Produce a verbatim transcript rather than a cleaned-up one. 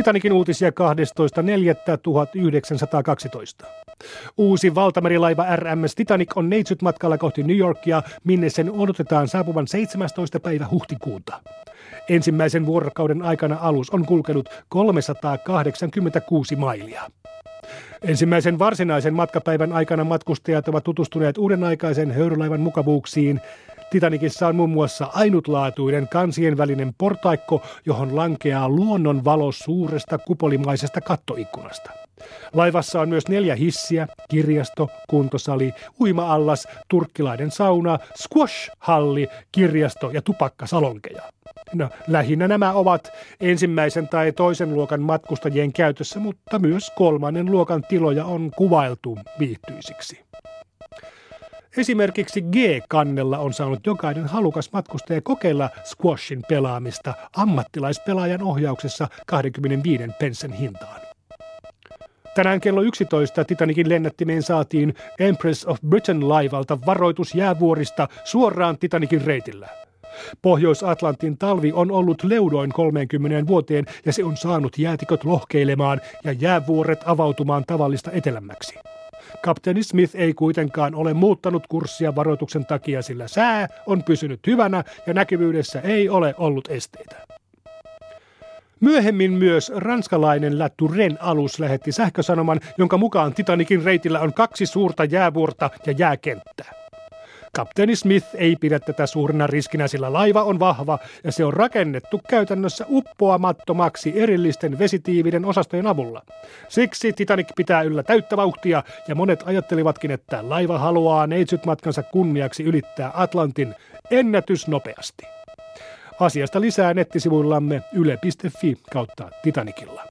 Titanicin uutisia kahdestoista neljättä tuhatyhdeksänsataakaksitoista. Uusi valtamerilaiva R M S Titanic on neitsyt matkalla kohti New Yorkia, minne sen odotetaan saapuvan seitsemästoista päivä huhtikuuta. Ensimmäisen vuorokauden aikana alus on kulkenut kolmesataakahdeksankymmentäkuusi mailia. Ensimmäisen varsinaisen matkapäivän aikana matkustajat ovat tutustuneet uudenaikaisen höyrylaivan mukavuuksiin. Titanicissa on muun muassa ainutlaatuinen kansien välinen portaikko, johon lankeaa luonnonvalo suuresta kupolimaisesta kattoikkunasta. Laivassa on myös neljä hissiä, kirjasto, kuntosali, uima-allas, turkkilainen sauna, squash-halli, kirjasto ja tupakkasalonkeja. No, lähinnä nämä ovat ensimmäisen tai toisen luokan matkustajien käytössä, mutta myös kolmannen luokan tiloja on kuvailtu viihtyisiksi. Esimerkiksi G-kannella on saanut jokainen halukas matkustaja kokeilla squashin pelaamista ammattilaispelaajan ohjauksessa kaksikymmentäviisi penssen hintaan. Tänään kello yksitoista Titanicin lennättimeen saatiin Empress of Britain laivalta varoitus jäävuorista suoraan Titanicin reitillä. Pohjois-Atlantin talvi on ollut leudoin kolmeenkymmeneen vuoteen ja se on saanut jäätikot lohkeilemaan ja jäävuoret avautumaan tavallista etelämmäksi. Kapteeni Smith ei kuitenkaan ole muuttanut kurssia varoituksen takia, sillä sää on pysynyt hyvänä ja näkyvyydessä ei ole ollut esteitä. Myöhemmin myös ranskalainen La Touraine-alus lähetti sähkösanoman, jonka mukaan Titanicin reitillä on kaksi suurta jäävuorta ja jääkenttää. Kapteeni Smith ei pidä tätä suurena riskinä, sillä laiva on vahva ja se on rakennettu käytännössä uppoamattomaksi erillisten vesitiividen osastojen avulla. Siksi Titanic pitää yllä täyttä vauhtia ja monet ajattelivatkin, että laiva haluaa neitsytmatkansa kunniaksi ylittää Atlantin ennätysnopeasti. Asiasta lisää nettisivuillamme yle piste fi kautta Titanicilla.